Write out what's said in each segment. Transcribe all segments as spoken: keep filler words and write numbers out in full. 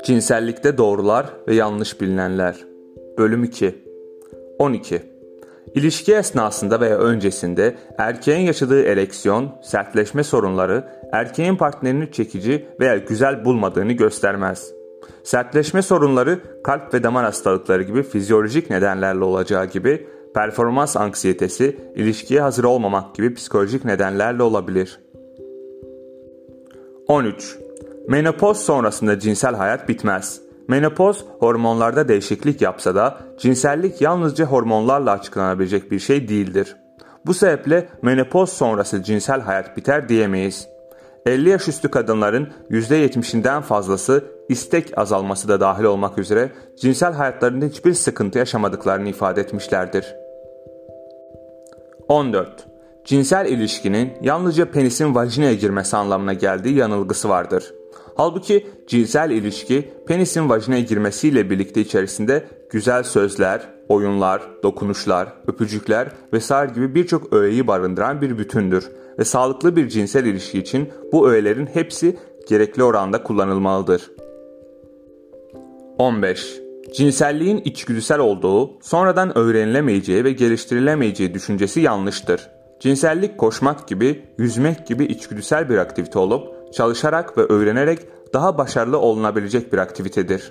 Cinsellikte doğrular ve yanlış bilinenler. Bölüm iki. on iki. İlişki esnasında veya öncesinde erkeğin yaşadığı ereksiyon, sertleşme sorunları erkeğin partnerini çekici veya güzel bulmadığını göstermez. Sertleşme sorunları kalp ve damar hastalıkları gibi fizyolojik nedenlerle olacağı gibi performans anksiyetesi, ilişkiye hazır olmamak gibi psikolojik nedenlerle olabilir. on üç. Menopoz sonrasında cinsel hayat bitmez. Menopoz hormonlarda değişiklik yapsa da cinsellik yalnızca hormonlarla açıklanabilecek bir şey değildir. Bu sebeple menopoz sonrası cinsel hayat biter diyemeyiz. elli yaş üstü kadınların yüzde yetmişinden fazlası istek azalması da dahil olmak üzere cinsel hayatlarında hiçbir sıkıntı yaşamadıklarını ifade etmişlerdir. on dört. Cinsel ilişkinin yalnızca penisin vajinaya girmesi anlamına geldiği yanılgısı vardır. Halbuki cinsel ilişki penisin vajinaya girmesiyle birlikte içerisinde güzel sözler, oyunlar, dokunuşlar, öpücükler vesaire gibi birçok öğeyi barındıran bir bütündür ve sağlıklı bir cinsel ilişki için bu öğelerin hepsi gerekli oranda kullanılmalıdır. on beş. Cinselliğin içgüdüsel olduğu, sonradan öğrenilemeyeceği ve geliştirilemeyeceği düşüncesi yanlıştır. Cinsellik koşmak gibi, yüzmek gibi içgüdüsel bir aktivite olup, çalışarak ve öğrenerek daha başarılı olunabilecek bir aktivitedir.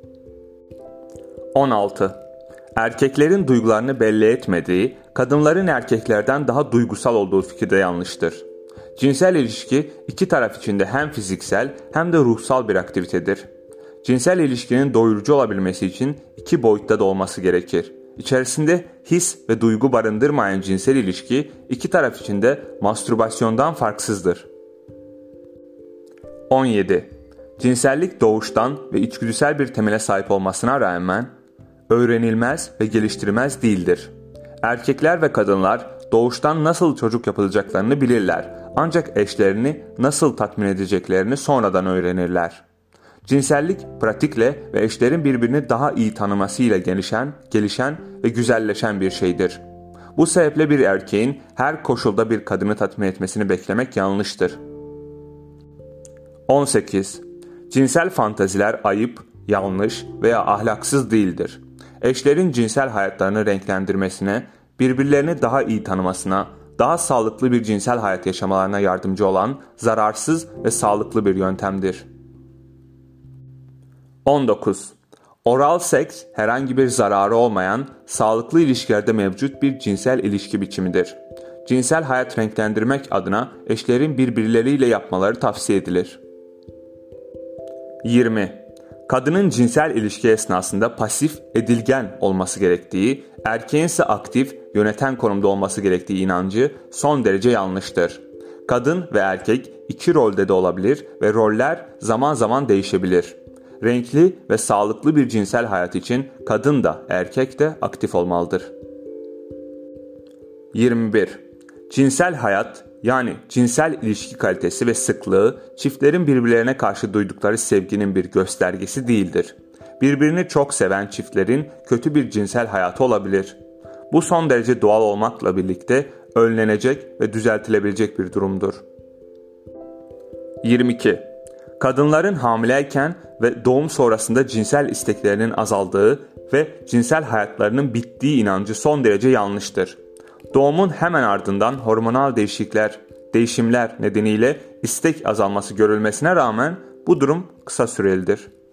on altı. Erkeklerin duygularını belli etmediği, kadınların erkeklerden daha duygusal olduğu fikri de yanlıştır. Cinsel ilişki iki taraf için de hem fiziksel hem de ruhsal bir aktivitedir. Cinsel ilişkinin doyurucu olabilmesi için iki boyutta da olması gerekir. İçerisinde his ve duygu barındırmayan cinsel ilişki iki taraf için de mastürbasyondan farksızdır. on yedi. Cinsellik doğuştan ve içgüdüsel bir temele sahip olmasına rağmen öğrenilmez ve geliştirilmez değildir. Erkekler ve kadınlar doğuştan nasıl çocuk yapılacaklarını bilirler, ancak eşlerini nasıl tatmin edeceklerini sonradan öğrenirler. Cinsellik pratikle ve eşlerin birbirini daha iyi tanımasıyla gelişen, gelişen ve güzelleşen bir şeydir. Bu sebeple bir erkeğin her koşulda bir kadını tatmin etmesini beklemek yanlıştır. on sekiz. Cinsel fantaziler ayıp, yanlış veya ahlaksız değildir. Eşlerin cinsel hayatlarını renklendirmesine, birbirlerini daha iyi tanımasına, daha sağlıklı bir cinsel hayat yaşamalarına yardımcı olan zararsız ve sağlıklı bir yöntemdir. on dokuz. Oral seks herhangi bir zararı olmayan, sağlıklı ilişkilerde mevcut bir cinsel ilişki biçimidir. Cinsel hayat renklendirmek adına eşlerin birbirleriyle yapmaları tavsiye edilir. yirmi. Kadının cinsel ilişki esnasında pasif, edilgen olması gerektiği, erkeğin ise aktif, yöneten konumda olması gerektiği inancı son derece yanlıştır. Kadın ve erkek iki rolde de olabilir ve roller zaman zaman değişebilir. Renkli ve sağlıklı bir cinsel hayat için kadın da erkek de aktif olmalıdır. yirmi bir. Cinsel hayat yani cinsel ilişki kalitesi ve sıklığı çiftlerin birbirlerine karşı duydukları sevginin bir göstergesi değildir. Birbirini çok seven çiftlerin kötü bir cinsel hayatı olabilir. Bu son derece doğal olmakla birlikte önlenecek ve düzeltilebilecek bir durumdur. yirmi iki. Kadınların hamileyken ve doğum sonrasında cinsel isteklerinin azaldığı ve cinsel hayatlarının bittiği inancı son derece yanlıştır. Doğumun hemen ardından hormonal değişiklikler, değişimler nedeniyle istek azalması görülmesine rağmen bu durum kısa sürelidir.